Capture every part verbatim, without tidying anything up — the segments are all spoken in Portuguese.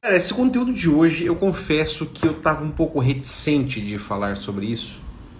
Cara, esse conteúdo de hoje, eu confesso que eu estava um pouco reticente de falar sobre isso,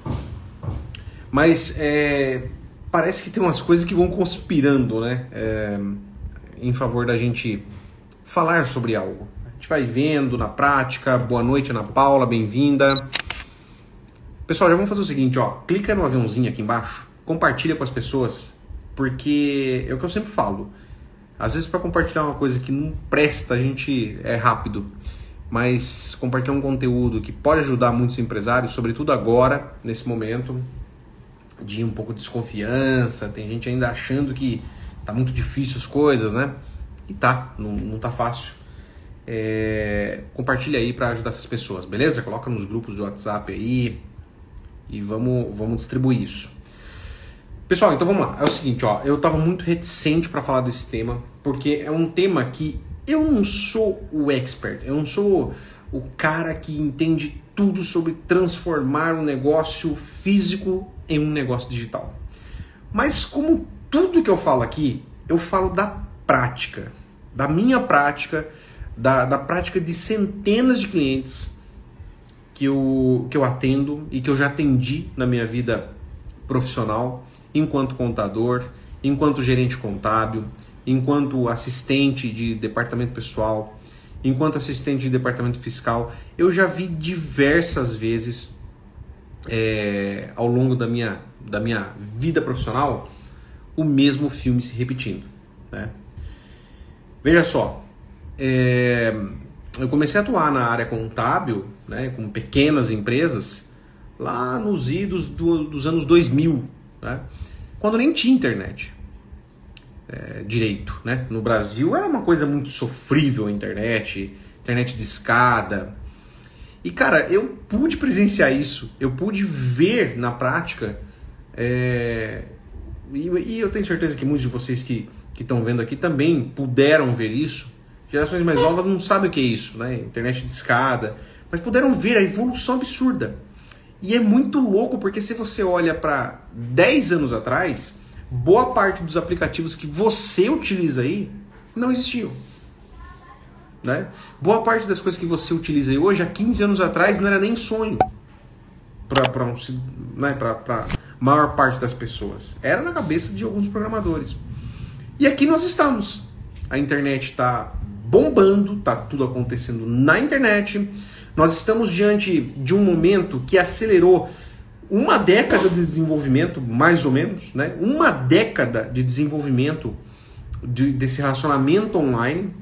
mas é, parece que tem umas coisas que vão conspirando, né, é, em favor da gente falar sobre algo. A gente vai vendo na prática. Boa noite, Ana Paula, bem-vinda. Pessoal, já vamos fazer o seguinte, ó, clica no aviãozinho aqui embaixo, compartilha com as pessoas, porque é o que eu sempre falo. Às vezes para compartilhar uma coisa que não presta, a gente é rápido. Mas compartilhar um conteúdo que pode ajudar muitos empresários, sobretudo agora, nesse momento de um pouco de desconfiança, tem gente ainda achando que tá muito difícil as coisas, né? E tá, não, não tá fácil. É, compartilha aí para ajudar essas pessoas, beleza? Coloca nos grupos do WhatsApp aí e vamos, vamos distribuir isso. Pessoal, então vamos lá. É o seguinte, ó, eu tava muito reticente para falar desse tema, porque é um tema que eu não sou o expert, eu não sou o cara que entende tudo sobre transformar um negócio físico em um negócio digital. Mas como tudo que eu falo aqui, eu falo da prática, da minha prática, da, da prática de centenas de clientes que eu, que eu atendo e que eu já atendi na minha vida profissional, enquanto contador, enquanto gerente contábil, enquanto assistente de departamento pessoal, enquanto assistente de departamento fiscal. Eu já vi diversas vezes é, ao longo da minha, da minha vida profissional o mesmo filme se repetindo, né? Veja só, é, eu comecei a atuar na área contábil, né, com pequenas empresas lá nos idos do, dos anos dois mil, né? Quando nem tinha internet é, direito, né? No Brasil era uma coisa muito sofrível a internet, internet de escada. E cara, eu pude presenciar isso, eu pude ver na prática, é, e, e eu tenho certeza que muitos de vocês que estão vendo aqui também puderam ver isso. Gerações mais novas não sabem o que é isso, né? Internet de escada, mas puderam ver a evolução absurda. E é muito louco, porque se você olha para dez anos atrás, boa parte dos aplicativos que você utiliza aí não existiam, né? Boa parte das coisas que você utiliza aí hoje, há quinze anos atrás, não era nem sonho para um, né, a maior parte das pessoas. Era na cabeça de alguns programadores. E aqui nós estamos. A internet está bombando, está tudo acontecendo na internet. Nós estamos diante de um momento que acelerou uma década de desenvolvimento, mais ou menos, né? Uma década de desenvolvimento de, desse relacionamento online.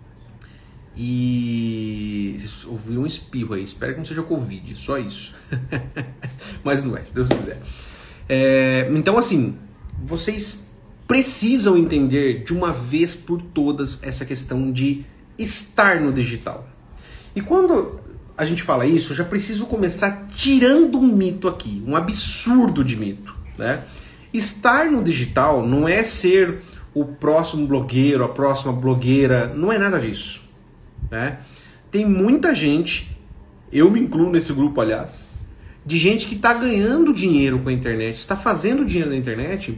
E ouvi um espirro aí, espero que não seja Covid, só isso. Mas não é, se Deus quiser. É, então, assim, vocês precisam entender de uma vez por todas essa questão de estar no digital. E quando a gente fala isso, eu já preciso começar tirando um mito aqui, um absurdo de mito, né? Estar no digital não é ser o próximo blogueiro, a próxima blogueira, não é nada disso, né? Tem muita gente, eu me incluo nesse grupo, aliás, de gente que está ganhando dinheiro com a internet, está fazendo dinheiro na internet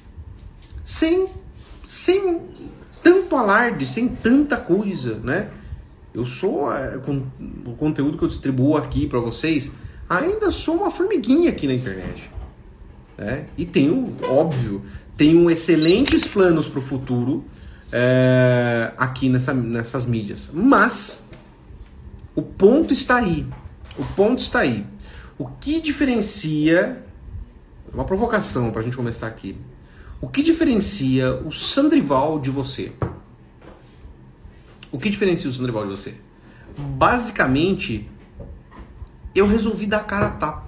sem, sem tanto alarde, sem tanta coisa, né? Eu sou, com o conteúdo que eu distribuo aqui para vocês, ainda sou uma formiguinha aqui na internet, né? E tenho, óbvio, tenho excelentes planos para o futuro é, aqui nessa, nessas mídias. Mas o ponto está aí. O ponto está aí. O que diferencia, uma provocação para a gente começar aqui, o que diferencia o Sandrival de você? O que diferencia o Sandrival de você? Basicamente, eu resolvi dar a cara a tapa.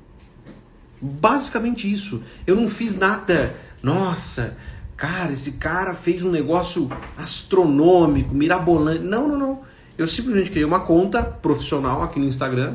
Basicamente isso. Eu não fiz nada. Nossa, cara, esse cara fez um negócio astronômico, mirabolante. Não, não, não. Eu simplesmente criei uma conta profissional aqui no Instagram.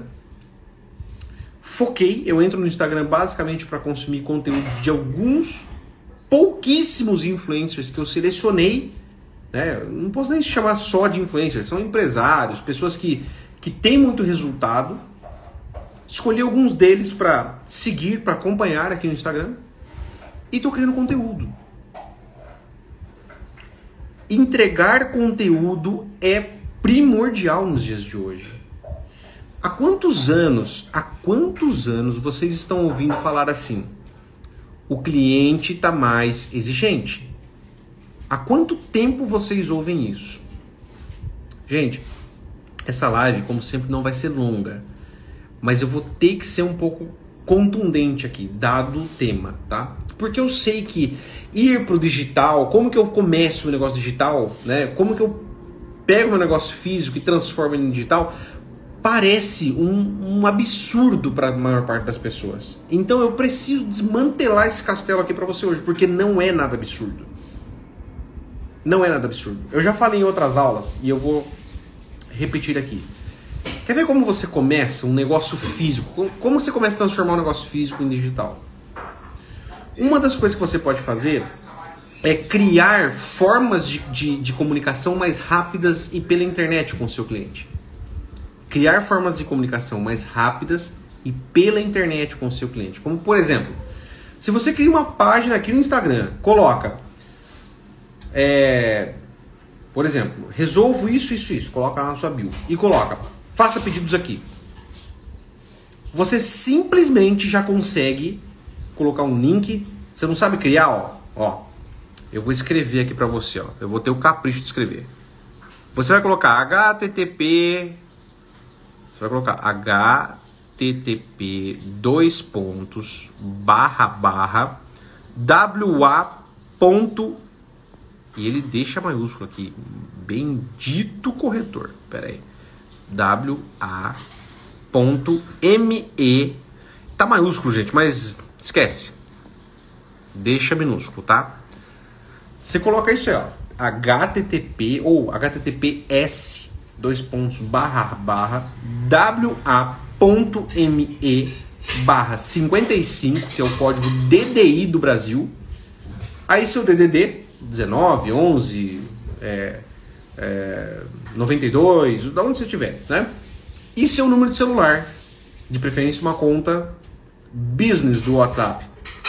Foquei. Eu entro no Instagram basicamente para consumir conteúdos de alguns pouquíssimos influencers que eu selecionei. Né? Não posso nem chamar só de influencers, são empresários, pessoas que, que têm muito resultado. Escolhi alguns deles para seguir, para acompanhar aqui no Instagram e estou criando conteúdo. Entregar conteúdo é primordial nos dias de hoje. Há quantos anos, há quantos anos vocês estão ouvindo falar assim? O cliente está mais exigente. Há quanto tempo vocês ouvem isso? Gente, essa live, como sempre, não vai ser longa, mas eu vou ter que ser um pouco contundente aqui, dado o tema, tá? Porque eu sei que ir pro digital, como que eu começo o negócio digital, né? Como que eu pego meu negócio físico e transformo ele em digital, parece um, um absurdo para a maior parte das pessoas. Então eu preciso desmantelar esse castelo aqui para você hoje, porque não é nada absurdo. Não é nada absurdo. Eu já falei em outras aulas e eu vou repetir aqui. Quer ver como você começa um negócio físico? Como você começa a transformar um negócio físico em digital? Uma das coisas que você pode fazer é criar formas de, de, de comunicação mais rápidas e pela internet com o seu cliente. Criar formas de comunicação mais rápidas e pela internet com o seu cliente. Como, por exemplo, se você cria uma página aqui no Instagram, coloca, é, por exemplo, resolvo isso, isso, isso, coloca lá na sua bio e coloca, faça pedidos aqui. Você simplesmente já consegue colocar um link. Você não sabe criar, ó, ó. Eu vou escrever aqui para você, ó. Eu vou ter o capricho de escrever. Você vai colocar H T T P. Você vai colocar H T T P dois pontos barra barra W A ponto e ele deixa maiúsculo aqui. Bendito corretor. Pera aí. W A ponto M E. Tá maiúsculo, gente, mas esquece. Deixa minúsculo, tá? Você coloca isso aí, ó. H T T P ou H T T P S dois pontos barra barra W A ponto M E barra cinquenta e cinco, que é o código D D I do Brasil. Aí seu D D D dezenove, onze, é, é, noventa e dois, da onde você estiver, né? E seu número de celular, de preferência uma conta business do WhatsApp.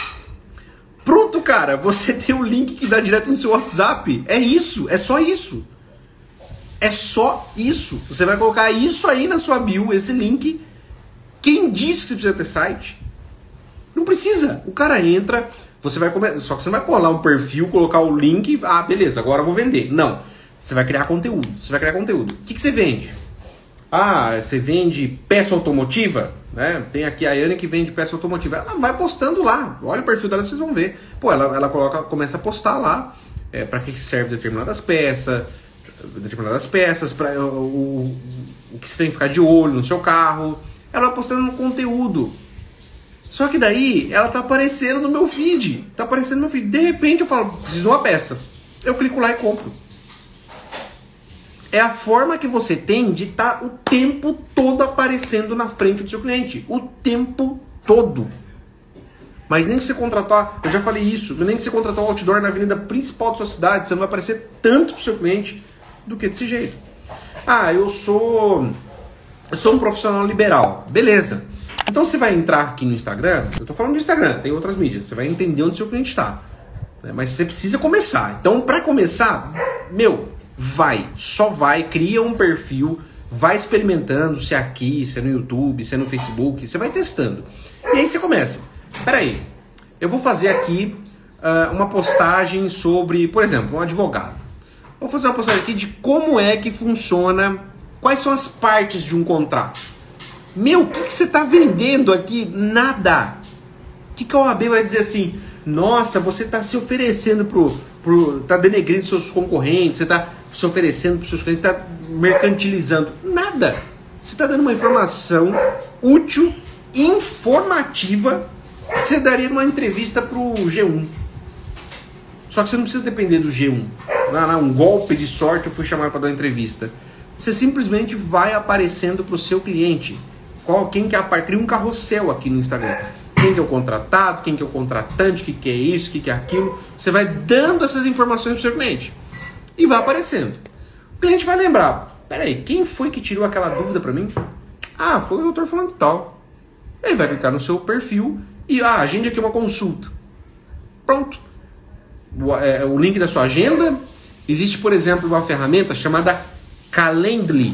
Pronto, cara, você tem um link que dá direto no seu WhatsApp. É isso, é só isso. É só isso. Você vai colocar isso aí na sua bio, esse link. Quem disse que você precisa ter site? Não precisa. O cara entra, você vai começar. Só que você não vai colar um perfil, colocar o link. Ah, beleza, agora eu vou vender. Não. Você vai criar conteúdo. Você vai criar conteúdo. O que, que você vende? Ah, você vende peça automotiva? Né? Tem aqui a Ayane que vende peça automotiva. Ela vai postando lá. Olha o perfil dela, vocês vão ver. Pô, ela, ela coloca, começa a postar lá. É, para que serve determinadas peças. Determinadas peças. Pra, o, o, o que você tem que ficar de olho no seu carro. Ela vai postando um conteúdo. Só que daí ela tá aparecendo no meu feed. Tá aparecendo no meu feed. De repente eu falo, preciso de uma peça. Eu clico lá e compro. É a forma que você tem de estar o tempo todo aparecendo na frente do seu cliente. O tempo todo. Mas nem que você contratar, eu já falei isso, nem que você contratar um outdoor na avenida principal da sua cidade, você não vai aparecer tanto pro seu cliente do que desse jeito. Ah, eu sou, eu sou um profissional liberal. Beleza. Então você vai entrar aqui no Instagram, eu tô falando do Instagram, tem outras mídias, você vai entender onde o seu cliente está. Mas você precisa começar. Então, para começar, meu... Vai, só vai, cria um perfil, vai experimentando, se é aqui, se é no YouTube, se é no Facebook, você vai testando. E aí você começa. Peraí, eu vou fazer aqui uh, uma postagem sobre, por exemplo, um advogado. Vou fazer uma postagem aqui de como é que funciona, quais são as partes de um contrato. Meu, o que, que você está vendendo aqui? Nada. O que, que a O A B vai dizer assim? Nossa, você está se oferecendo pro, pro, tá denegrindo seus concorrentes, você está se oferecendo para os seus clientes, está mercantilizando. Nada. Você está dando uma informação útil, informativa, que você daria numa entrevista para o G um. Só que você não precisa depender do G um. Não, não, um golpe de sorte, eu fui chamado para dar uma entrevista. Você simplesmente vai aparecendo para o seu cliente. Qual, quem que é a parte? Cria um carrossel aqui no Instagram. Quem que é o contratado, quem que é o contratante, o que, que é isso, o que, que é aquilo. Você vai dando essas informações para o seu cliente. E vai aparecendo. O cliente vai lembrar. Peraí, quem foi que tirou aquela dúvida para mim? Ah, foi o doutor falando tal. Ele vai clicar no seu perfil e ah, agende aqui uma consulta. Pronto. O, é, o link da sua agenda. Existe, por exemplo, uma ferramenta chamada Calendly.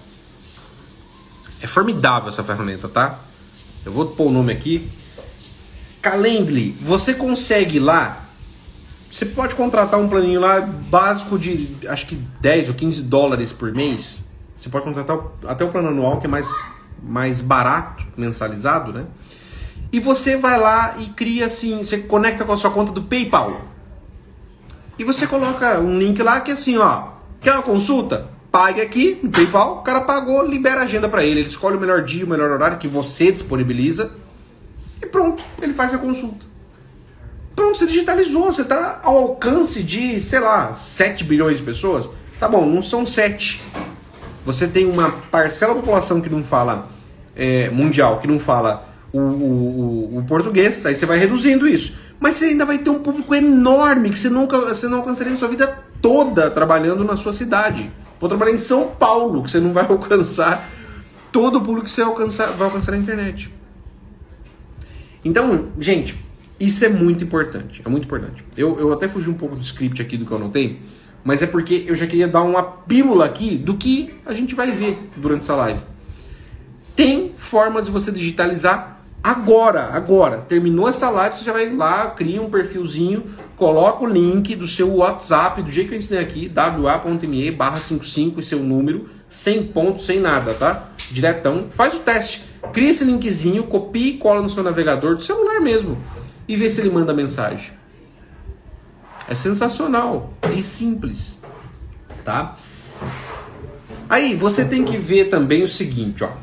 É formidável essa ferramenta, tá? Eu vou pôr o nome aqui. Calendly. Você consegue lá... Você pode contratar um planinho lá básico de, acho que dez ou quinze dólares por mês. Você pode contratar até o plano anual, que é mais, mais barato, mensalizado, né? E você vai lá e cria assim, você conecta com a sua conta do PayPal. E você coloca um link lá que é assim, ó, quer uma consulta? Pague aqui no PayPal, o cara pagou, libera a agenda para ele. Ele escolhe o melhor dia, o melhor horário que você disponibiliza. E pronto, ele faz a consulta. Pronto, você digitalizou, você está ao alcance de, sei lá, sete bilhões de pessoas. Tá bom, não são sete. Você tem uma parcela da população que não fala é, mundial, que não fala o, o, o português, aí você vai reduzindo isso. Mas você ainda vai ter um público enorme que você, nunca, você não alcançaria na sua vida toda trabalhando na sua cidade. Vou trabalhar em São Paulo, que você não vai alcançar todo o público que você alcançar, vai alcançar na internet. Então, gente... Isso é muito importante, é muito importante. Eu, eu até fugi um pouco do script aqui do que eu anotei, mas é porque eu já queria dar uma pílula aqui do que a gente vai ver durante essa live. Tem formas de você digitalizar agora, agora. Terminou essa live, você já vai lá, cria um perfilzinho, coloca o link do seu WhatsApp, do jeito que eu ensinei aqui, wa.me barra cinquenta e cinco e seu número, sem ponto, sem nada, tá? Diretão, faz o teste. Cria esse linkzinho, copia e cola no seu navegador do celular mesmo. E ver se ele manda mensagem. É sensacional e simples, tá? Aí você tem que ver também o seguinte, ó.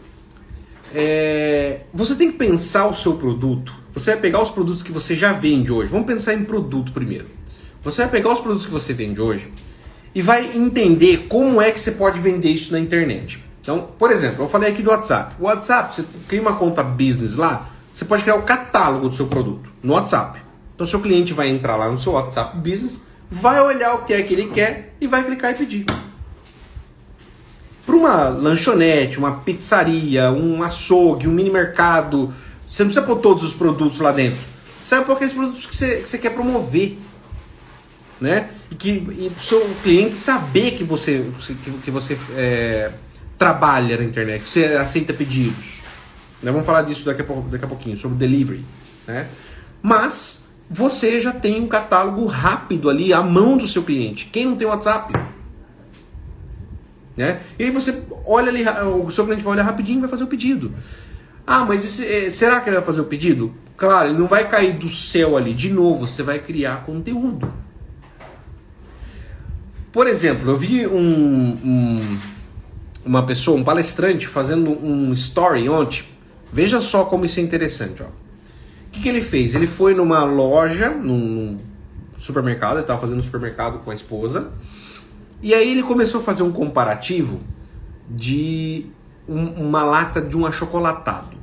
É, você tem que pensar o seu produto. Você vai pegar os produtos que você já vende hoje. Vamos pensar em produto primeiro. Você vai pegar os produtos que você vende hoje e vai entender como é que você pode vender isso na internet. Então, por exemplo, eu falei aqui do WhatsApp. O WhatsApp, você cria uma conta business lá. Você pode criar o catálogo do seu produto no WhatsApp. Então, seu cliente vai entrar lá no seu WhatsApp Business, vai olhar o que é que ele quer e vai clicar e pedir. Para uma lanchonete, uma pizzaria, um açougue, um mini mercado, você não precisa pôr todos os produtos lá dentro. Você vai pôr aqueles produtos que você, que você quer promover. Né? E que e o seu cliente saber que você, que, que você é, trabalha na internet, que você aceita pedidos. Vamos falar disso daqui a, pouco, daqui a pouquinho, sobre delivery. Né? Mas você já tem um catálogo rápido ali à mão do seu cliente. Quem não tem WhatsApp? Né? E aí você olha ali, o seu cliente vai olhar rapidinho e vai fazer o pedido. Ah, mas esse, será que ele vai fazer o pedido? Claro, ele não vai cair do céu ali. De novo, você vai criar conteúdo. Por exemplo, eu vi um, um, uma pessoa, um palestrante, fazendo um story ontem. Veja só como isso é interessante. Ó. O que, que ele fez? Ele foi numa loja, num supermercado, ele estava fazendo um supermercado com a esposa, e aí ele começou a fazer um comparativo de um, uma lata de um achocolatado.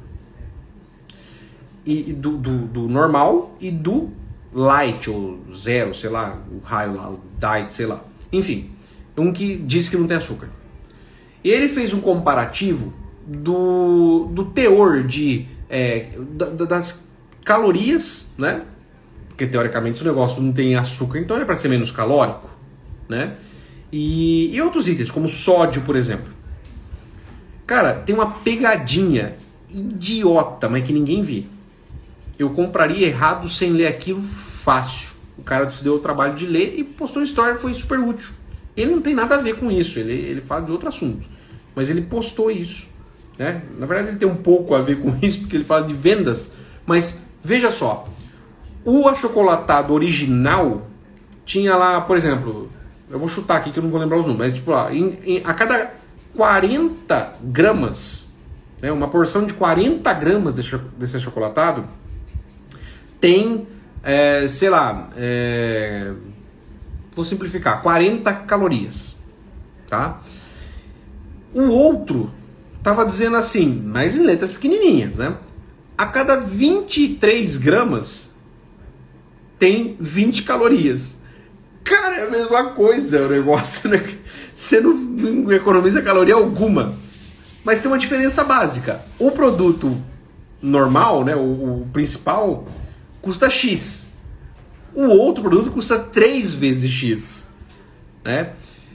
E, do, do, do normal e do light, ou zero, sei lá, o raio lá, o diet, sei lá. Enfim, um que diz que não tem açúcar. E ele fez um comparativo do, do teor de, é, da, das calorias, né? Porque teoricamente esse negócio não tem açúcar, então é para ser menos calórico, né? E, e outros itens, como sódio, por exemplo. Cara, tem uma pegadinha idiota, mas que ninguém vê. Eu compraria errado sem ler aquilo fácil. O cara se deu o trabalho de ler e postou uma história, foi super útil. Ele não tem nada a ver com isso, ele, ele fala de outro assunto. Mas ele postou isso. Né? Na verdade ele tem um pouco a ver com isso, porque ele fala de vendas. Mas veja só, o achocolatado original tinha lá, por exemplo, eu vou chutar aqui que eu não vou lembrar os números, mas tipo lá, em, em, a cada quarenta gramas, né, uma porção de quarenta gramas desse, desse achocolatado tem, é, sei lá, é, vou simplificar, quarenta calorias, tá? O outro tava dizendo assim, mas em letras pequenininhas, né? A cada vinte e três gramas tem vinte calorias. Cara, é a mesma coisa o negócio, né? Você não, não economiza caloria alguma. Mas tem uma diferença básica. O produto normal, né, o, o principal, custa X. O outro produto custa três vezes X. Né?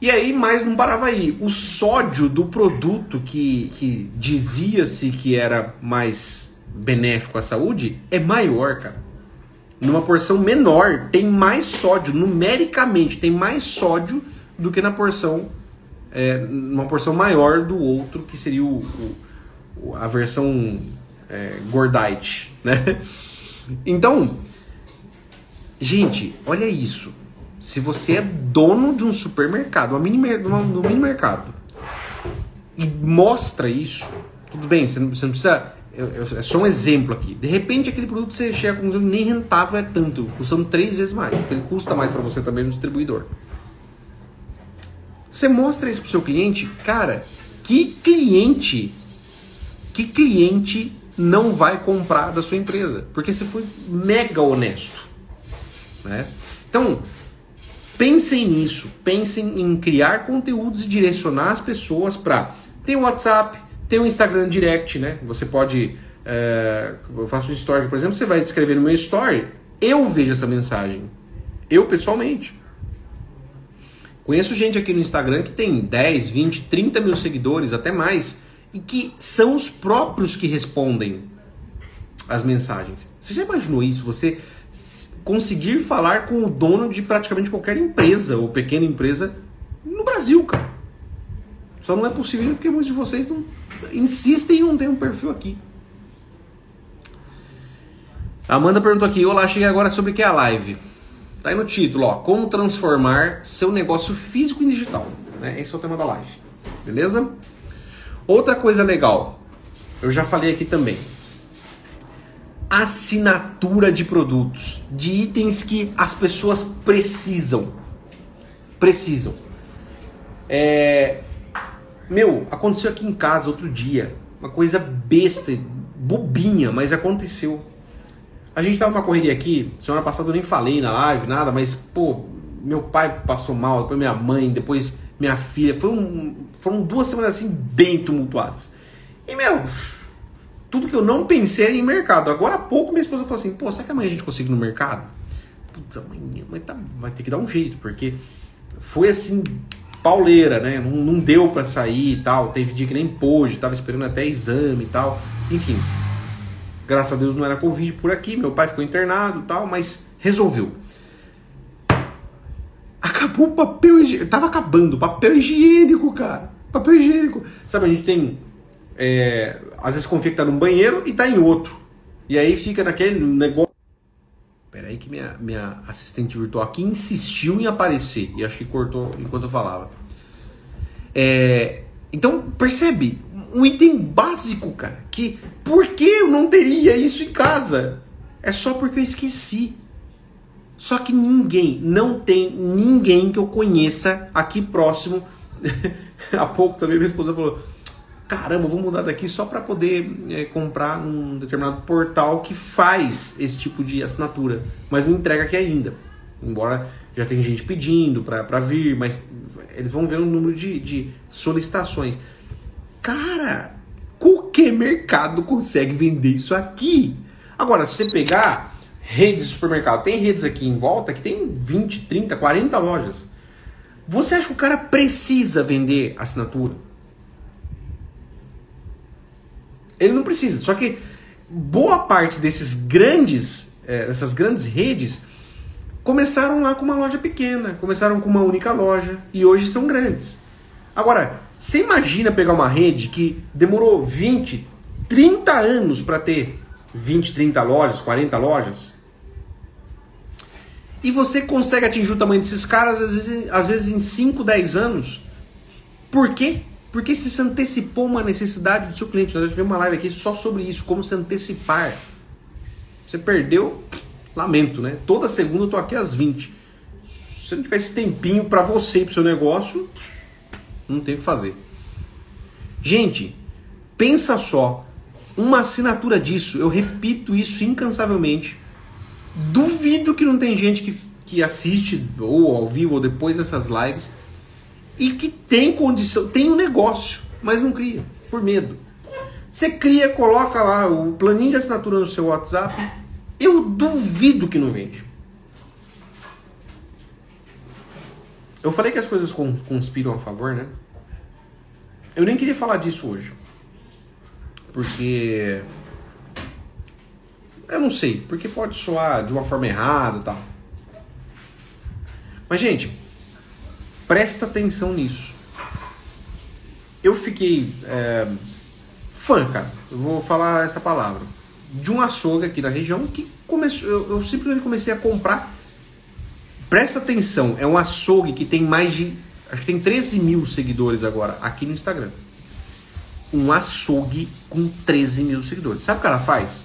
E aí, mas não parava aí. O sódio do produto que, que dizia-se que era mais benéfico à saúde é maior, cara. Numa porção menor, tem mais sódio, numericamente, tem mais sódio do que na porção, é, numa porção maior do outro, que seria o, o, a versão é, gordite, né? Então, gente, olha isso. Se você é dono de um supermercado, uma mini, uma, um mini mercado, e mostra isso, tudo bem, você não, você não precisa... É só um exemplo aqui. De repente aquele produto você chega com um nem rentável é tanto, custando três vezes mais. Ele custa mais para você também no distribuidor. Você mostra isso pro seu cliente, cara, que cliente, que cliente não vai comprar da sua empresa? Porque você foi mega honesto, né? Então, pensem nisso, pensem em criar conteúdos e direcionar as pessoas para... Tem o WhatsApp, tem o Instagram Direct, né? Você pode... É, eu faço um story, por exemplo, você vai escrever no meu story, eu vejo essa mensagem. Eu, pessoalmente. Conheço gente aqui no Instagram que tem dez, vinte, trinta mil seguidores, até mais, e que são os próprios que respondem as mensagens. Você já imaginou isso? Você conseguir falar com o dono de praticamente qualquer empresa ou pequena empresa no Brasil, cara. Só não é possível porque muitos de vocês não insistem em não ter um perfil aqui. A Amanda perguntou aqui, olá, cheguei agora sobre o que é a live. Tá aí no título, ó, como transformar seu negócio físico em digital. Né? Esse é o tema da live, beleza? Outra coisa legal, eu já falei aqui também. Assinatura de produtos, de itens que as pessoas precisam. Precisam. É... Meu, aconteceu aqui em casa outro dia, uma coisa besta, bobinha, mas aconteceu. A gente tava numa correria aqui, semana passada eu nem falei na live, nada, mas, pô, meu pai passou mal, depois minha mãe, depois minha filha, foi um, foram duas semanas assim bem tumultuadas. E, meu, tudo que eu não pensei era em mercado. Agora há pouco minha esposa falou assim, pô, será que amanhã a gente consegue ir no mercado? Putz, amanhã mas tá, vai ter que dar um jeito, porque foi assim... pauleira, né? Não, não deu pra sair e tal. Teve dia que nem pôde, tava esperando até exame e tal. Enfim, graças a Deus não era Covid por aqui. Meu pai ficou internado e tal, mas resolveu. Acabou o papel higiênico. Tava acabando o papel higiênico, cara. Papel higiênico. Sabe, a gente tem... É, às vezes confia que tá num banheiro e tá em outro. E aí fica naquele negócio... Peraí que minha, minha assistente virtual aqui insistiu em aparecer. E acho que cortou enquanto eu falava. É, então, percebe? Um item básico, cara. Que por que eu não teria isso em casa? É só porque eu esqueci. Só que ninguém, não tem ninguém que eu conheça aqui próximo. Há pouco também minha esposa falou... Caramba, vou mudar daqui só para poder é, comprar num determinado portal que faz esse tipo de assinatura, mas não entrega aqui ainda. Embora já tem gente pedindo para vir, mas eles vão ver o número de, de solicitações. Cara, qualquer mercado consegue vender isso aqui. Agora, se você pegar redes de supermercado, tem redes aqui em volta que tem vinte, trinta, quarenta lojas. Você acha que o cara precisa vender assinatura? Ele não precisa, só que boa parte desses grandes, é, dessas grandes redes começaram lá com uma loja pequena, começaram com uma única loja e hoje são grandes. Agora, você imagina pegar uma rede que demorou vinte, trinta anos para ter vinte, trinta lojas, quarenta lojas? E você consegue atingir o tamanho desses caras às vezes, às vezes em cinco, dez anos? Por quê? Porque você se antecipou uma necessidade do seu cliente. Nós já tivemos uma live aqui só sobre isso, como se antecipar. Você perdeu, lamento, né? Toda segunda eu tô aqui às vinte. Se você não tiver esse tempinho para você e pro seu negócio, não tem o que fazer. Gente, pensa só, uma assinatura disso, eu repito isso incansavelmente. Duvido que não tem gente que, que assiste ou ao vivo ou depois dessas lives e que tem condição, tem um negócio, mas não cria, por medo. Você cria, coloca lá o planinho de assinatura no seu WhatsApp, eu duvido que não vende. Eu falei que as coisas conspiram a favor, né? Eu nem queria falar disso hoje. Porque... eu não sei, porque pode soar de uma forma errada e tal. Mas, gente, presta atenção nisso. Eu fiquei é, fã, cara, eu vou falar essa palavra, de um açougue aqui na região que começou, eu, eu simplesmente comecei a comprar. Presta atenção, é um açougue que tem mais de, acho que tem treze mil seguidores agora aqui no Instagram. Um açougue com treze mil seguidores. Sabe o que ela faz?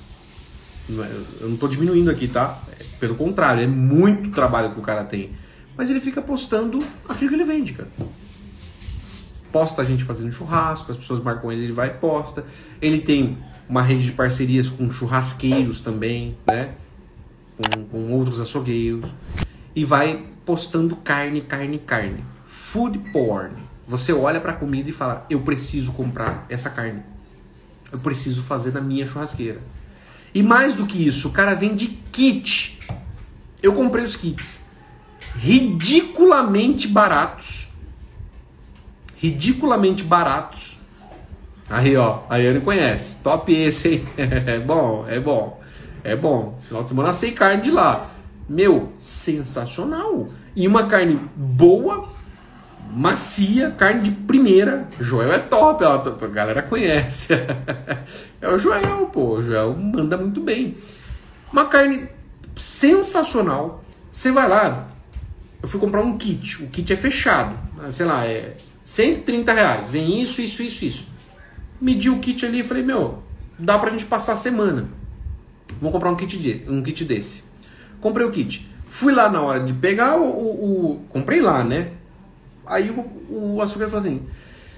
Eu não tô diminuindo aqui, tá? Pelo contrário, é muito trabalho que o cara tem. Mas ele fica postando aquilo que ele vende, cara. Posta a gente fazendo churrasco, as pessoas marcam ele, ele vai e posta. Ele tem uma rede de parcerias com churrasqueiros também, né? Com, com outros açougueiros. E vai postando carne, carne, carne. Food porn. Você olha pra comida e fala, eu preciso comprar essa carne. Eu preciso fazer na minha churrasqueira. E mais do que isso, o cara vende kit. Eu comprei os kits. Ridiculamente baratos. Ridiculamente baratos. Aí, ó. Aí ele conhece. Top esse, hein? É bom, é bom. É bom. Esse final de semana eu sei carne de lá. Meu, sensacional. E uma carne boa, macia, carne de primeira. Joel é top, ela, a galera conhece. É o Joel, pô. O Joel manda muito bem. Uma carne sensacional. Você vai lá. Eu fui comprar um kit. O kit é fechado. Sei lá, é cento e trinta reais. Vem isso, isso, isso, isso. Medi o kit ali e falei, meu, dá pra gente passar a semana. Vou comprar um kit, de, um kit desse. Comprei o kit. Fui lá na hora de pegar o... o, o comprei lá, né? Aí o, o açougueiro falou assim...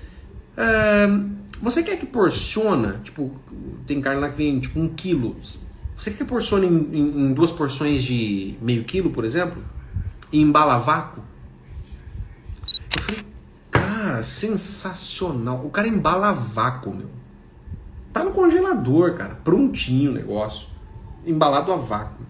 Uh, você quer que porciona? Tipo, tem carne lá que vem tipo um quilo. Você quer que porcione em, em, em duas porções de meio quilo, por exemplo? E embala a vácuo? Eu falei, cara, sensacional. O cara embala a vácuo, meu. Tá no congelador, cara. Prontinho o negócio. Embalado a vácuo.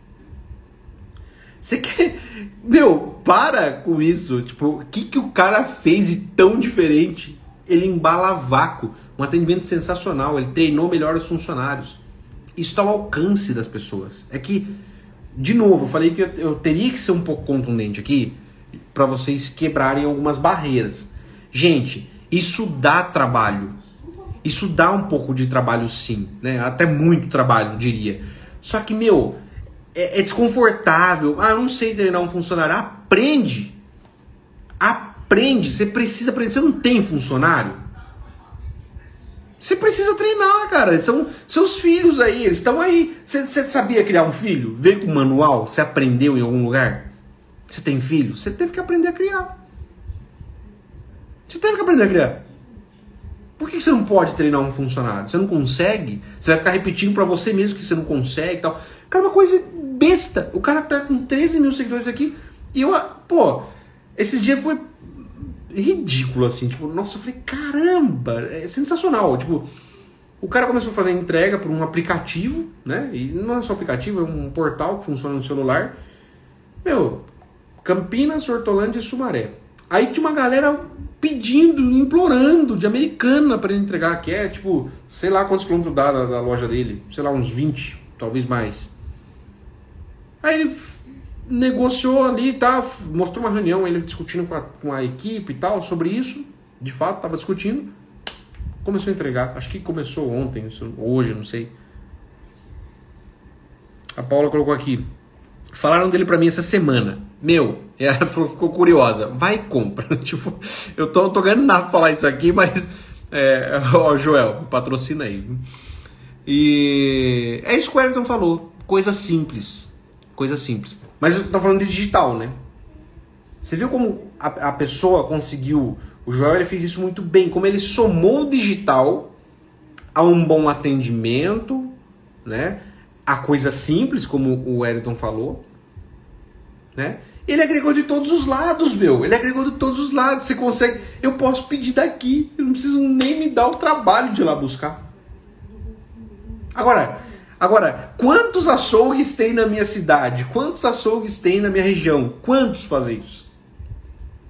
Você quer... Meu, para com isso. Tipo, o que, que o cara fez de tão diferente? Ele embala a vácuo. Um atendimento sensacional. Ele treinou melhor os funcionários. Isso está ao alcance das pessoas. É que, de novo, eu falei que eu, eu teria que ser um pouco contundente aqui para vocês quebrarem algumas barreiras. Gente, isso dá trabalho. Isso dá um pouco de trabalho, sim, né? Até muito trabalho, diria. Só que, meu, é, é desconfortável. Ah, eu não sei treinar um funcionário. Aprende. Aprende. Você precisa aprender. Você não tem funcionário? Você precisa treinar, cara. São seus filhos aí. Eles estão aí. Você, você sabia criar um filho? Veio com manual? Você aprendeu em algum lugar? Você tem filho? Você teve que aprender a criar. Você teve que aprender a criar. Por que você não pode treinar um funcionário? Você não consegue? Você vai ficar repetindo pra você mesmo que você não consegue e tal. Cara, uma coisa besta. O cara tá com treze mil seguidores aqui e eu, pô, esses dias foi ridículo, assim. Tipo, nossa, eu falei, caramba, é sensacional. Tipo, o cara começou a fazer entrega por um aplicativo, né? E não é só aplicativo, é um portal que funciona no celular. Meu, Campinas, Hortolândia e Sumaré. Aí tinha uma galera pedindo, implorando de Americana para ele entregar, que é tipo, sei lá quantos quilômetros dá da, da loja dele, sei lá, uns vinte, talvez mais. Aí ele negociou ali, tá, mostrou uma reunião, ele discutindo com a, com a equipe e tal, sobre isso, de fato, tava discutindo, começou a entregar, acho que começou ontem, hoje, não sei. A Paula colocou aqui, falaram dele pra mim essa semana. Meu, ela falou, ficou curiosa. Vai e compra. Tipo, eu tô, tô ganhando nada pra falar isso aqui, mas... É, ó, Joel, patrocina aí. E... é isso que o Ayrton falou. Coisa simples. Coisa simples. Mas eu tô falando de digital, né? Você viu como a, a pessoa conseguiu... O Joel, ele fez isso muito bem. Como ele somou o digital a um bom atendimento, né? A coisa simples, como o Ayrton falou, né? Ele agregou de todos os lados, meu. Ele agregou de todos os lados. Você consegue... Eu posso pedir daqui. Eu não preciso nem me dar o trabalho de ir lá buscar. Agora, agora, quantos açougues tem na minha cidade? Quantos açougues tem na minha região? Quantos fazem isso?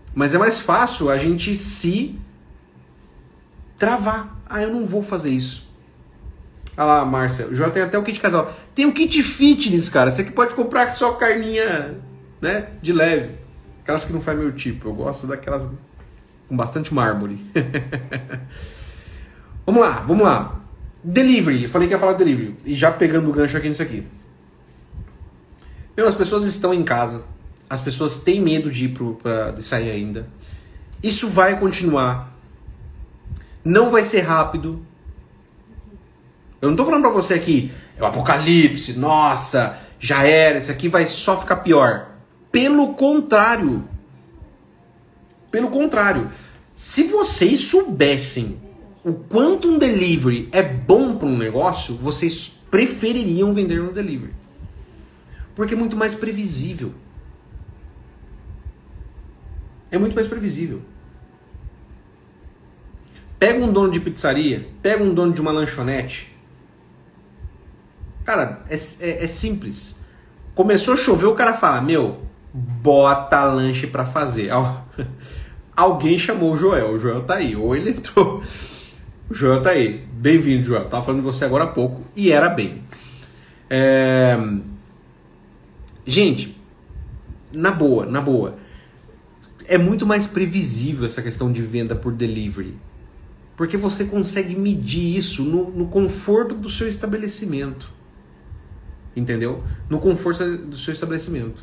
Mas é mais fácil a gente se travar. Ah, eu não vou fazer isso. Olha lá, Márcia, o João tem até o kit casal. Tem o kit fitness, cara. Você que pode comprar só carninha, né, de leve. Aquelas que não faz meu tipo. Eu gosto daquelas com bastante mármore. Vamos lá, vamos lá. Delivery. Eu falei que ia falar de delivery. E já pegando o gancho aqui nisso aqui. Meu, as pessoas estão em casa. As pessoas têm medo de ir pro, pra, de sair ainda. Isso vai continuar. Não vai ser rápido. Eu não tô falando pra você aqui, é o apocalipse, nossa, já era, isso aqui vai só ficar pior. Pelo contrário. Pelo contrário. Se vocês soubessem o quanto um delivery é bom para um negócio, vocês prefeririam vender no delivery. Porque é muito mais previsível. É muito mais previsível. Pega um dono de pizzaria, pega um dono de uma lanchonete. Cara, é, é, é simples. Começou a chover, o cara fala, meu, bota lanche pra fazer. Alguém chamou o Joel, o Joel tá aí, ou ele entrou. O Joel tá aí. Bem-vindo, Joel. Tava falando de você agora há pouco, e era bem. É... Gente, na boa, na boa. É muito mais previsível essa questão de venda por delivery. Porque você consegue medir isso no, no conforto do seu estabelecimento. Entendeu? No conforto do seu estabelecimento.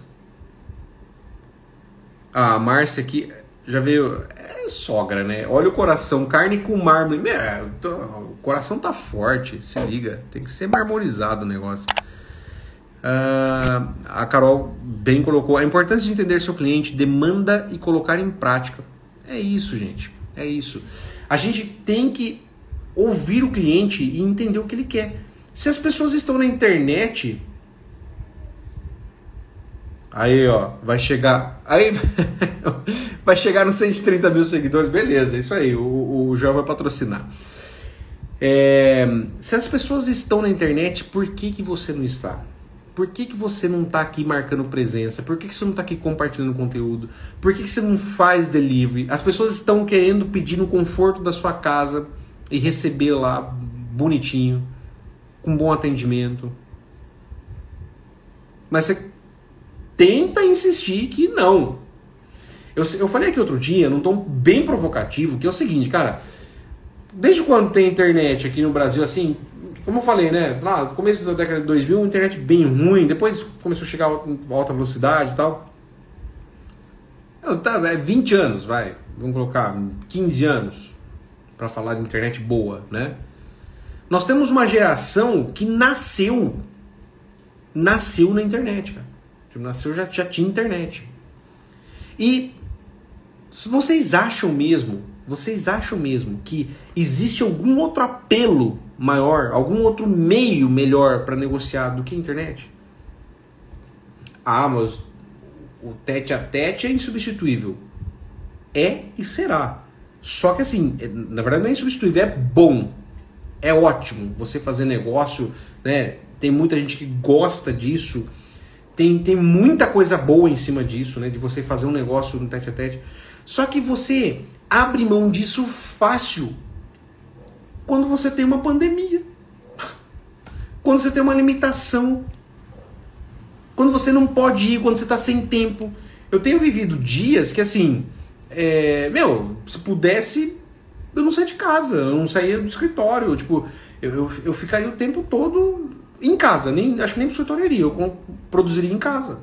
A Márcia aqui já veio... É sogra, né? Olha o coração, carne com mármore. Meu, tô, o coração tá forte, se liga. Tem que ser marmorizado o negócio. Uh, a Carol bem colocou. A importância de entender seu cliente, demanda e colocar em prática. É isso, gente. É isso. A gente tem que ouvir o cliente e entender o que ele quer. Se as pessoas estão na internet... Aí, ó, vai chegar... Aí, vai chegar nos cento e trinta mil seguidores. Beleza, isso aí. O, o João vai patrocinar. É, se as pessoas estão na internet, por que, que você não está? Por que, que você não está aqui marcando presença? Por que, que você não está aqui compartilhando conteúdo? Por que, que você não faz delivery? As pessoas estão querendo pedir no conforto da sua casa e receber lá bonitinho, com bom atendimento. Mas você tenta insistir que não. Eu, eu falei aqui outro dia, num tom bem provocativo, que é o seguinte, cara, desde quando tem internet aqui no Brasil, assim, como eu falei, né, lá no começo da década de dois mil, internet bem ruim, depois começou a chegar a alta velocidade e tal. Eu, tá, é vinte anos, vai, vamos colocar quinze anos para falar de internet boa, né? Nós temos uma geração que nasceu, nasceu na internet, cara. Nasceu, já, já tinha internet. E vocês acham mesmo, vocês acham mesmo que existe algum outro apelo maior, algum outro meio melhor para negociar do que a internet? Ah, mas o tete a tete é insubstituível. É e será. Só que assim, na verdade não é insubstituível, é bom. É ótimo você fazer negócio, né? Tem muita gente que gosta disso. Tem, tem muita coisa boa em cima disso, né? De você fazer um negócio no tete a tete. Só que você abre mão disso fácil quando você tem uma pandemia. Quando você tem uma limitação. Quando você não pode ir, quando você está sem tempo. Eu tenho vivido dias que assim... É, meu, se pudesse, eu não saía de casa. Eu não saía do escritório. Tipo, eu, eu, eu ficaria o tempo todo... em casa, nem, acho que nem pro escritório iria, eu produziria em casa.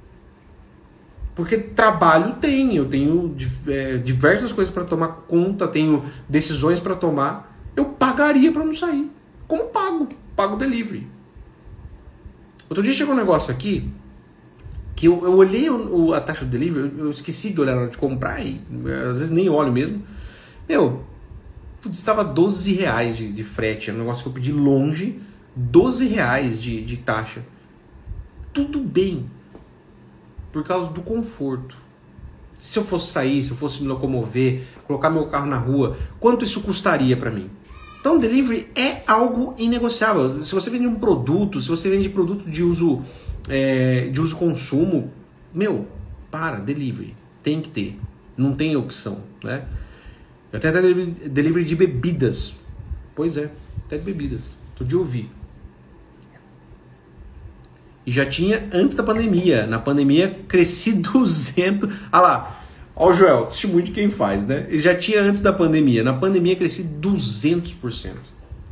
Porque trabalho tem, eu tenho é, diversas coisas para tomar conta, tenho decisões para tomar, eu pagaria para não sair. Como pago? Pago delivery. Outro dia chegou um negócio aqui, que eu, eu olhei o, o, a taxa do delivery, eu, eu esqueci de olhar na hora de comprar, e às vezes nem olho mesmo. Meu, putz, estava doze reais de, de frete, é um negócio que eu pedi longe, doze reais de, de taxa. Tudo bem. Por causa do conforto. Se eu fosse sair, se eu fosse me locomover, colocar meu carro na rua, quanto isso custaria para mim? Então, delivery é algo inegociável. Se você vende um produto, se você vende produto de uso, é, de uso consumo, meu, para, delivery. Tem que ter. Não tem opção, né? Eu tenho até delivery, delivery de bebidas. Pois é, até de bebidas. Todo dia eu vi. E já tinha antes da pandemia. Na pandemia cresci duzentos. Ah lá, ó o Joel, testemunho de quem faz, né? Ele já tinha antes da pandemia. Na pandemia cresci duzentos por cento.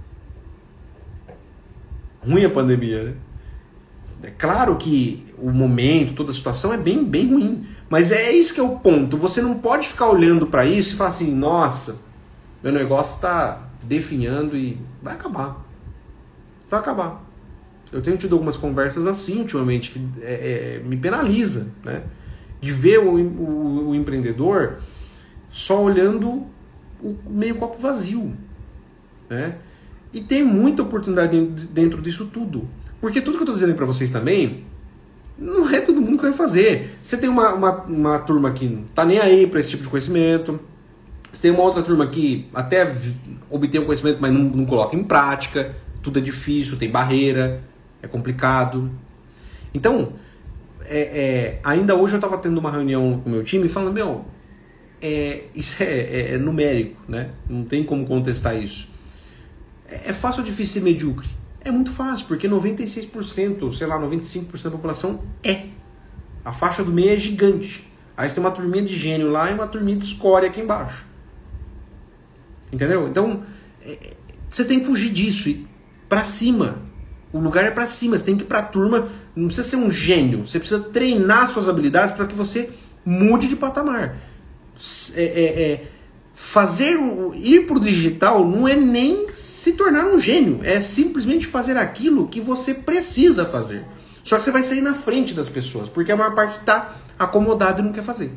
Ruim a pandemia, né? É claro que o momento, toda a situação é bem, bem ruim. Mas é isso que é o ponto. Você não pode ficar olhando para isso e falar assim, nossa, meu negócio está definhando e vai acabar. Vai acabar. Eu tenho tido algumas conversas assim ultimamente que é, é, me penaliza, né? De ver o, o, o empreendedor só olhando o meio copo vazio, né? E tem muita oportunidade dentro disso tudo. Porque tudo que eu estou dizendo para vocês também, não é todo mundo que vai fazer. Você tem uma, uma, uma turma que não está nem aí para esse tipo de conhecimento. Você tem uma outra turma que até obtém o conhecimento, mas não, não coloca em prática. Tudo é difícil, tem barreira, é complicado. Então, é, é, ainda hoje eu estava tendo uma reunião com o meu time falando, meu, é, isso é, é, é numérico, né? Não tem como contestar isso. É, é fácil ou difícil ser medíocre? É muito fácil, porque noventa e seis por cento, sei lá, noventa e cinco por cento da população é. A faixa do meio é gigante. Aí você tem uma turminha de gênio lá e uma turminha de escória aqui embaixo. Entendeu? Então, é, você tem que fugir disso e pra cima. O lugar é pra cima, você tem que ir pra turma. Não precisa ser um gênio, você precisa treinar suas habilidades para que você mude de patamar. É, é, é, fazer o, ir pro digital não é nem se tornar um gênio, é simplesmente fazer aquilo que você precisa fazer. Só que você vai sair na frente das pessoas, porque a maior parte está acomodada e não quer fazer.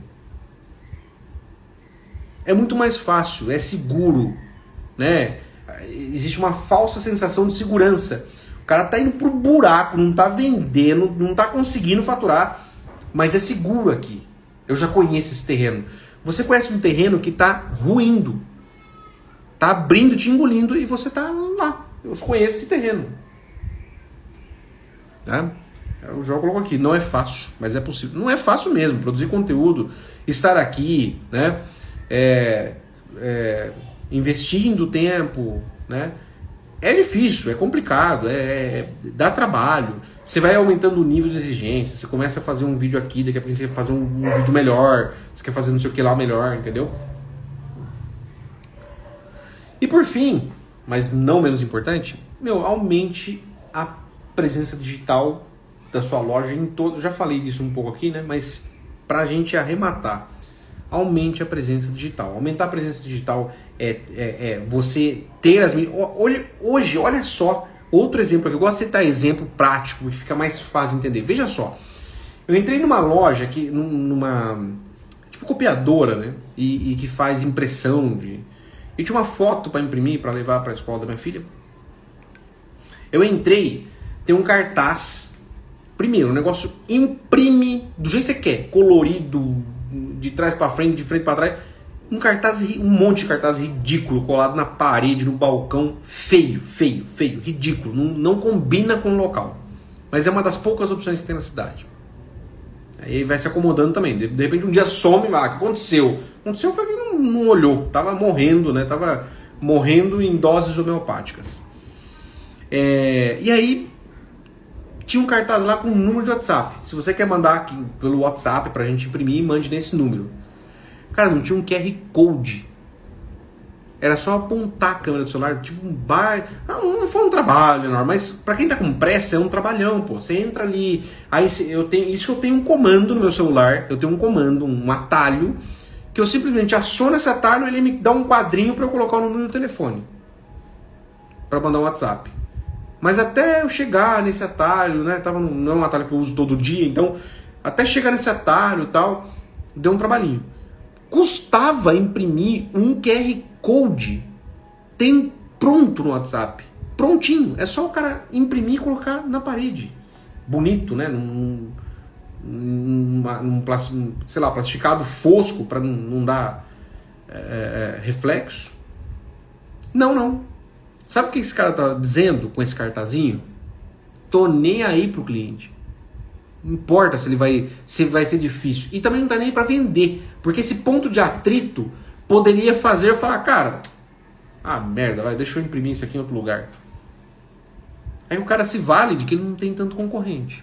É muito mais fácil, é seguro, né? Existe uma falsa sensação de segurança. O cara tá indo pro buraco, não tá vendendo, não tá conseguindo faturar, mas é seguro aqui. Eu já conheço esse terreno. Você conhece um terreno que tá ruindo, tá abrindo, te engolindo e você tá lá. Eu conheço esse terreno. Tá? Eu já coloco aqui, não é fácil, mas é possível. Não é fácil mesmo, produzir conteúdo, estar aqui, né? É, é, investindo tempo, né? É difícil, é complicado, é, é, dá trabalho. Você vai aumentando o nível de exigência, você começa a fazer um vídeo aqui, daqui a pouco você quer fazer um, um vídeo melhor, você quer fazer não sei o que lá melhor, entendeu? E por fim, mas não menos importante, meu, aumente a presença digital da sua loja em todo. Eu já falei disso um pouco aqui, né? Mas pra gente arrematar, aumente a presença digital. Aumentar a presença digital é, é, é você ter as... Olha, hoje, olha só, outro exemplo aqui. Eu gosto de citar exemplo prático, que fica mais fácil de entender. Veja só, eu entrei numa loja, aqui, numa tipo copiadora, né? E, e que faz impressão de... Eu tinha uma foto para imprimir, para levar para a escola da minha filha. Eu entrei, tem um cartaz. Primeiro, o negócio imprime do jeito que você quer, colorido, de trás para frente, de frente para trás. Um cartaz, um monte de cartaz ridículo colado na parede, no balcão, feio, feio, feio, ridículo. Não, não combina com o local. Mas é uma das poucas opções que tem na cidade. Aí vai se acomodando também. De, de repente um dia some lá. O que aconteceu? O que aconteceu foi que não, não olhou. Tava morrendo, né? Tava morrendo em doses homeopáticas. É, e aí tinha um cartaz lá com um número de WhatsApp. Se você quer mandar aqui pelo WhatsApp pra gente imprimir, mande nesse número. Cara, não tinha um Q R Code. Era só apontar a câmera do celular. Tipo um bar... Não foi um trabalho enorme, mas pra quem tá com pressa é um trabalhão, pô. Você entra ali... Aí eu tenho... Isso que eu tenho um comando no meu celular. Eu tenho um comando, um atalho, que eu simplesmente aciono esse atalho e ele me dá um quadrinho pra eu colocar o número do telefone. Pra mandar um WhatsApp. Mas até eu chegar nesse atalho, né? Tava num, não é um atalho que eu uso todo dia, então... Até chegar nesse atalho e tal, deu um trabalhinho. Custava imprimir um Q R Code. Tem pronto no WhatsApp. Prontinho. É só o cara imprimir e colocar na parede. Bonito, né? Num, num, num sei lá, plastificado fosco para não, não dar é, reflexo. Não, não. Sabe o que esse cara tá dizendo com esse cartazinho? Tô nem aí pro cliente. Não importa se ele vai, se vai ser difícil. E também não tá nem para vender. Porque esse ponto de atrito poderia fazer eu falar, cara, ah, merda, vai, deixa eu imprimir isso aqui em outro lugar. Aí o cara se vale de que ele não tem tanto concorrente.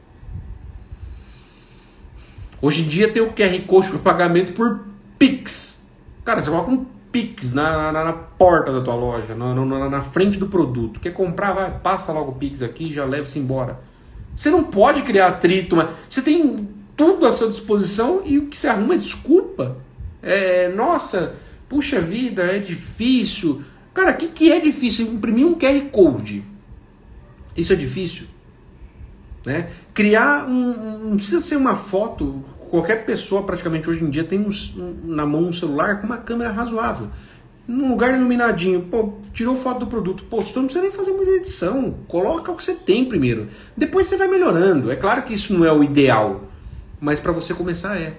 Hoje em dia tem o Q R Code para pagamento por Pix. Cara, você coloca um Pix na, na, na porta da tua loja, na, na, na frente do produto. Quer comprar, vai, passa logo o Pix aqui e já leva-se embora. Você não pode criar atrito, mas você tem tudo à sua disposição e o que você arruma é desculpa. É, nossa, puxa vida, é difícil. Cara, o que, que é difícil? Imprimir um Q R Code. Isso é difícil? Né? Criar um... Não precisa ser uma foto. Qualquer pessoa praticamente hoje em dia tem um, um, na mão um celular com uma câmera razoável. Num lugar iluminadinho. Pô, tirou foto do produto. Postou, não precisa nem fazer muita edição. Coloca o que você tem primeiro. Depois você vai melhorando. É claro que isso não é o ideal. Mas para você começar é.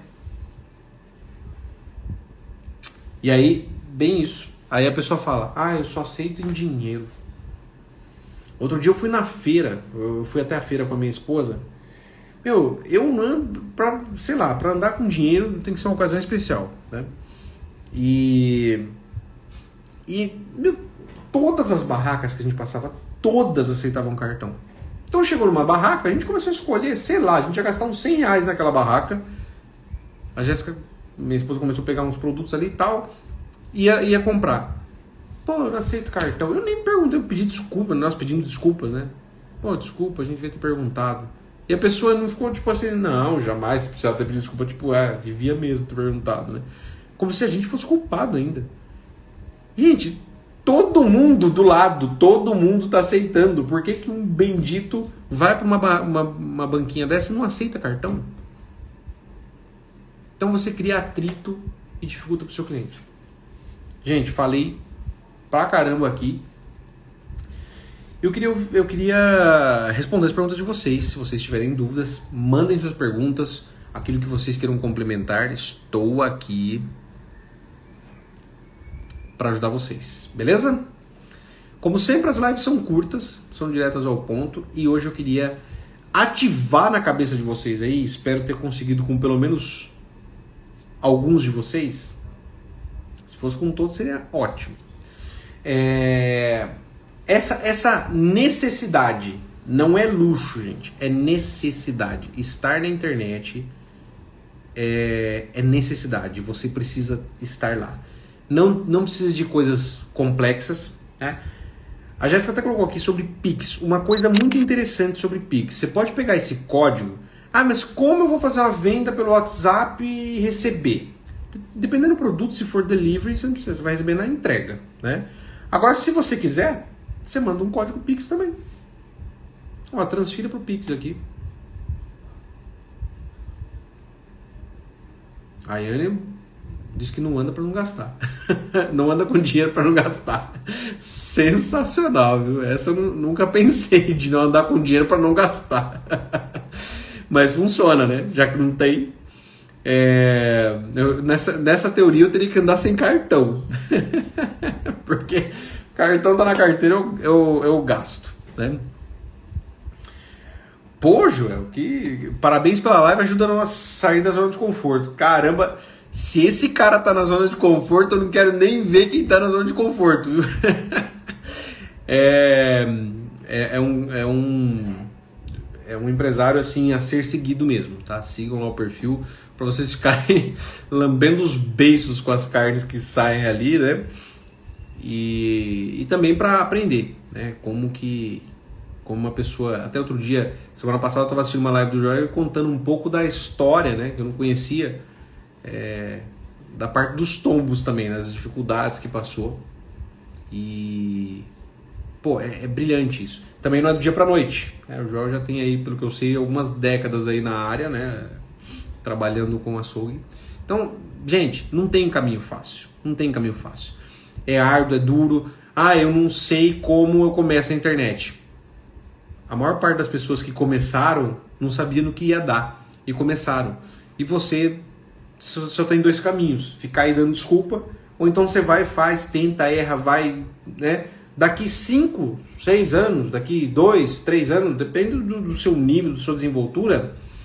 E aí, bem isso. Aí a pessoa fala, ah, eu só aceito em dinheiro. Outro dia eu fui na feira. Eu fui até a feira com a minha esposa. Meu, eu ando pra, sei lá, pra andar com dinheiro tem que ser uma ocasião especial, né? E... E, meu, todas as barracas que a gente passava, todas aceitavam cartão. Então chegou numa barraca, a gente começou a escolher, sei lá, a gente ia gastar uns cem reais naquela barraca. A Jéssica, minha esposa, começou a pegar uns produtos ali e tal, ia, ia comprar. Pô, eu não aceito cartão. Eu nem perguntei, eu pedi desculpa, nós pedimos desculpa, né? Pô, desculpa, a gente devia ter perguntado. E a pessoa não ficou tipo assim, não, jamais precisava ter pedido desculpa, tipo, é, devia mesmo ter perguntado, né? Como se a gente fosse culpado ainda. Gente, todo mundo do lado, todo mundo tá aceitando. Por que que um bendito vai para uma, uma, uma banquinha dessa e não aceita cartão? Então você cria atrito e dificulta pro seu cliente. Gente, falei pra caramba aqui. Eu queria, eu queria responder as perguntas de vocês. Se vocês tiverem dúvidas, mandem suas perguntas. Aquilo que vocês queiram complementar, estou aqui para ajudar vocês, beleza? Como sempre, as lives são curtas, são diretas ao ponto, e hoje eu queria ativar na cabeça de vocês aí, espero ter conseguido com pelo menos alguns de vocês. Se fosse com todos seria ótimo. É... Essa, essa necessidade não é luxo, gente, é necessidade. Estar na internet é, é necessidade, você precisa estar lá. Não, não precisa de coisas complexas, né? A Jéssica até colocou aqui sobre Pix. Uma coisa muito interessante sobre Pix. Você pode pegar esse código. Ah, mas como eu vou fazer uma venda pelo WhatsApp e receber? Dependendo do produto, se for delivery, você não precisa, você vai receber na entrega, né? Agora, se você quiser, você manda um código Pix também. Ó, transfira para o Pix aqui. A Yane diz que não anda para não gastar. Não anda com dinheiro para não gastar. Sensacional, viu? Essa eu nunca pensei, de não andar com dinheiro para não gastar. Mas funciona, né? Já que não tem. É... Eu, nessa, nessa teoria eu teria que andar sem cartão. Porque cartão tá na carteira, eu, eu, eu gasto, né? Pô, Joel, que... parabéns pela live, ajuda a sair da zona de conforto. Caramba, se esse cara tá na zona de conforto, eu não quero nem ver quem tá na zona de conforto, viu? é, é, é, um, é, um, é um empresário, assim, a ser seguido mesmo, tá? Sigam lá o perfil para vocês ficarem lambendo os beiços com as carnes que saem ali, né? E, e também para aprender, né? Como que... Como uma pessoa... Até outro dia, semana passada, eu estava assistindo uma live do Jorge contando um pouco da história, né? Que eu não conhecia. É, da parte dos tombos também, né? Das dificuldades que passou. E... Pô, é, é brilhante isso. Também não é do dia pra noite, né? O Jorge já tem aí, pelo que eu sei, algumas décadas aí na área, né? Trabalhando com açougue. Então, gente, não tem caminho fácil. Não tem caminho fácil. É árduo, é duro. Ah, eu não sei como eu começo na internet. A maior parte das pessoas que começaram não sabia no que ia dar. E começaram. E você só tem dois caminhos. Ficar aí dando desculpa. Ou então você vai, faz, tenta, erra, vai... né? Daqui cinco, seis anos, daqui dois, três anos, depende do, do seu nível, da sua desenvoltura,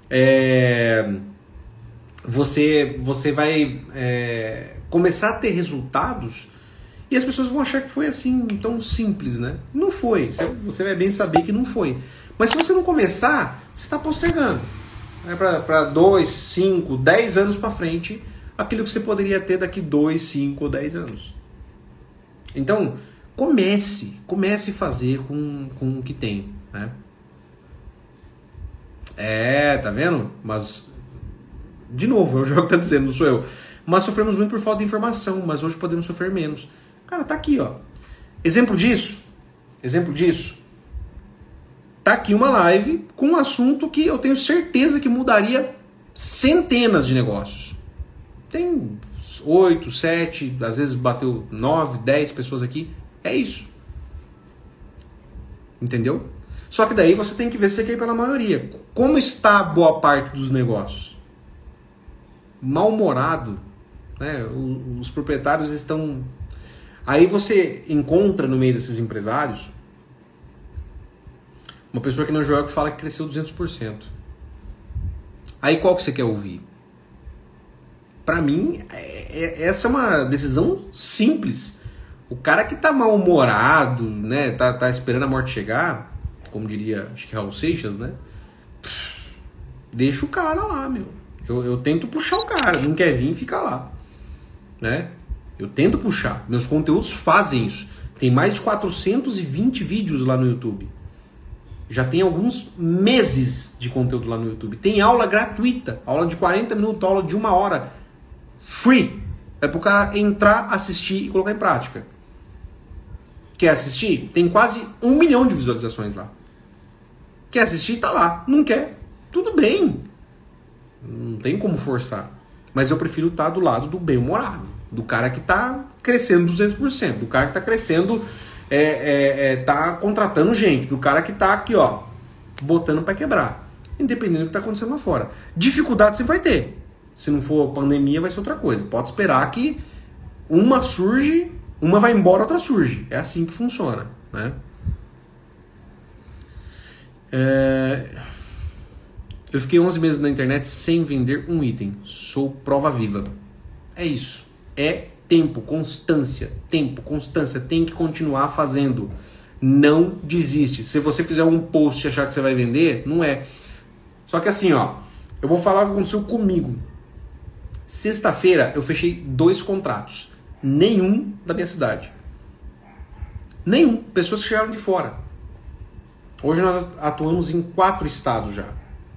é, você, você vai é, começar a ter resultados e as pessoas vão achar que foi assim, tão simples, né? Não foi. Você, você vai bem saber que não foi. Mas se você não começar, você está postergando. É para dois, cinco, dez anos para frente, aquilo que você poderia ter daqui dois, cinco ou dez anos. Então, comece, comece a fazer com, com o que tem, né? É, tá vendo? Mas, de novo, é o jogo que tá dizendo, não sou eu. Mas sofremos muito por falta de informação, mas hoje podemos sofrer menos. Cara, tá aqui, ó. Exemplo disso, exemplo disso. Tá aqui uma live com um assunto que eu tenho certeza que mudaria centenas de negócios. Tem oito, sete, às vezes bateu nove, dez pessoas aqui. É isso. Entendeu? Só que daí você tem que ver se você quer ir pela maioria. Como está boa parte dos negócios? Mal-humorado, né? Os, os proprietários estão... Aí você encontra no meio desses empresários uma pessoa que não joga que fala que cresceu duzentos por cento. Aí qual que você quer ouvir? Pra mim, é, é, essa é uma decisão simples. O cara que tá mal-humorado, né, tá, tá esperando a morte chegar, como diria, acho que Raul Seixas, né? Deixa o cara lá, meu. Eu, eu tento puxar o cara, não quer vir, fica lá, né? Eu tento puxar. Meus conteúdos fazem isso. Tem mais de quatrocentos e vinte vídeos lá no YouTube. Já tem alguns meses de conteúdo lá no YouTube. Tem aula gratuita, aula de quarenta minutos, aula de uma hora, free. É pro cara entrar, assistir e colocar em prática. Quer assistir? Tem quase um milhão de visualizações lá. Quer assistir? Tá lá. Não quer? Tudo bem. Não tem como forçar. Mas eu prefiro estar do lado do bem-humorado. Do cara que tá crescendo duzentos por cento. Do cara que tá crescendo... É, é, é, tá contratando gente, do cara que tá aqui, ó, botando para quebrar, independente do que tá acontecendo lá fora. Dificuldade você vai ter. Se não for pandemia, vai ser outra coisa. Pode esperar que uma surge, uma vai embora, outra surge. É assim que funciona, né? É... Eu fiquei onze meses na internet sem vender um item. Sou prova viva. É isso. É tempo, constância, tempo, constância, tem que continuar fazendo. Não desiste. Se você fizer um post e achar que você vai vender, não é. Só que assim, ó, eu vou falar o que aconteceu comigo. Sexta-feira eu fechei dois contratos. Nenhum da minha cidade. Nenhum. Pessoas que chegaram de fora. Hoje nós atuamos em quatro estados já.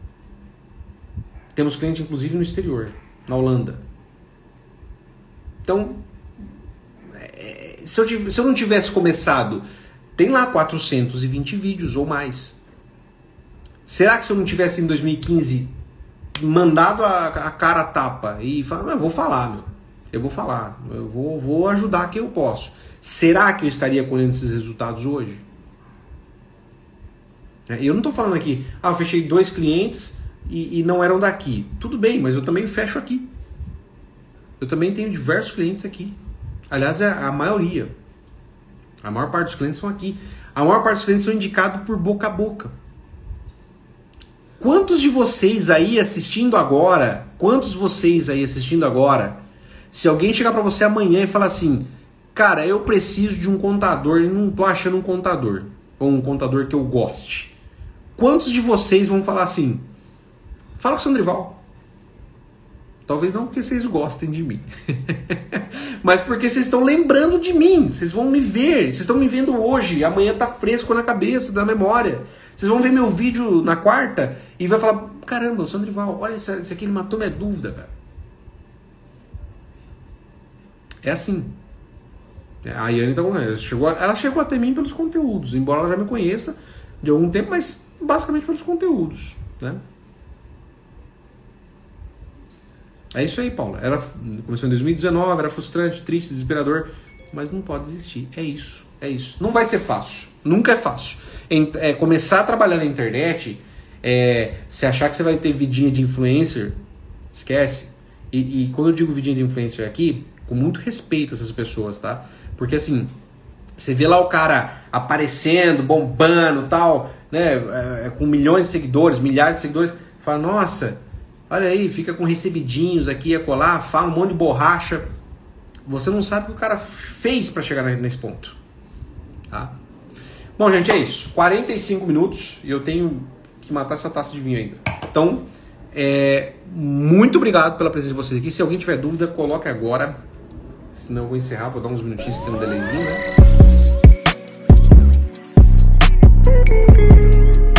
Temos cliente inclusive no exterior, na Holanda. Então, se eu, tivesse, se eu não tivesse começado, tem lá quatrocentos e vinte vídeos ou mais. Será que se eu não tivesse em dois mil e quinze mandado a, a cara a tapa e falar, eu vou falar, meu, eu vou falar, eu vou, vou ajudar quem eu posso. Será que eu estaria colhendo esses resultados hoje? Eu não estou falando aqui, ah, eu fechei dois clientes e, e não eram daqui. Tudo bem, mas eu também fecho aqui. Eu também tenho diversos clientes aqui. Aliás, é a maioria. A maior parte dos clientes são aqui. A maior parte dos clientes são indicados por boca a boca. Quantos de vocês aí assistindo agora, quantos de vocês aí assistindo agora, se alguém chegar para você amanhã e falar assim, cara, eu preciso de um contador e não tô achando um contador, ou um contador que eu goste. Quantos de vocês vão falar assim, fala com o Sandrival. Talvez não porque vocês gostem de mim. Mas porque vocês estão lembrando de mim. Vocês vão me ver. Vocês estão me vendo hoje. Amanhã tá fresco na cabeça, na memória. Vocês vão ver meu vídeo na quarta e vai falar, caramba, o Sandrival, olha isso aqui, ele matou minha dúvida, cara. É assim. A Yane tá ela chegou, ela chegou até mim pelos conteúdos. Embora ela já me conheça de algum tempo, mas basicamente pelos conteúdos, né? É isso aí, Paula. Era, começou em dois mil e dezenove, era frustrante, triste, desesperador, mas não pode desistir. É isso, é isso. Não vai ser fácil. Nunca é fácil. É, começar a trabalhar na internet, é, se achar que você vai ter vidinha de influencer, esquece. E, e quando eu digo vidinha de influencer aqui, com muito respeito a essas pessoas, tá? Porque assim, você vê lá o cara aparecendo, bombando e tal, né? É, com milhões de seguidores, milhares de seguidores. Fala, nossa, olha aí, fica com recebidinhos aqui, acolá, fala um monte de borracha. Você não sabe o que o cara fez para chegar nesse ponto. Tá? Bom, gente, é isso. quarenta e cinco minutos e eu tenho que matar essa taça de vinho ainda. Então, é, muito obrigado pela presença de vocês aqui. Se alguém tiver dúvida, coloque agora. Senão eu vou encerrar, vou dar uns minutinhos que tem um delayzinho, né?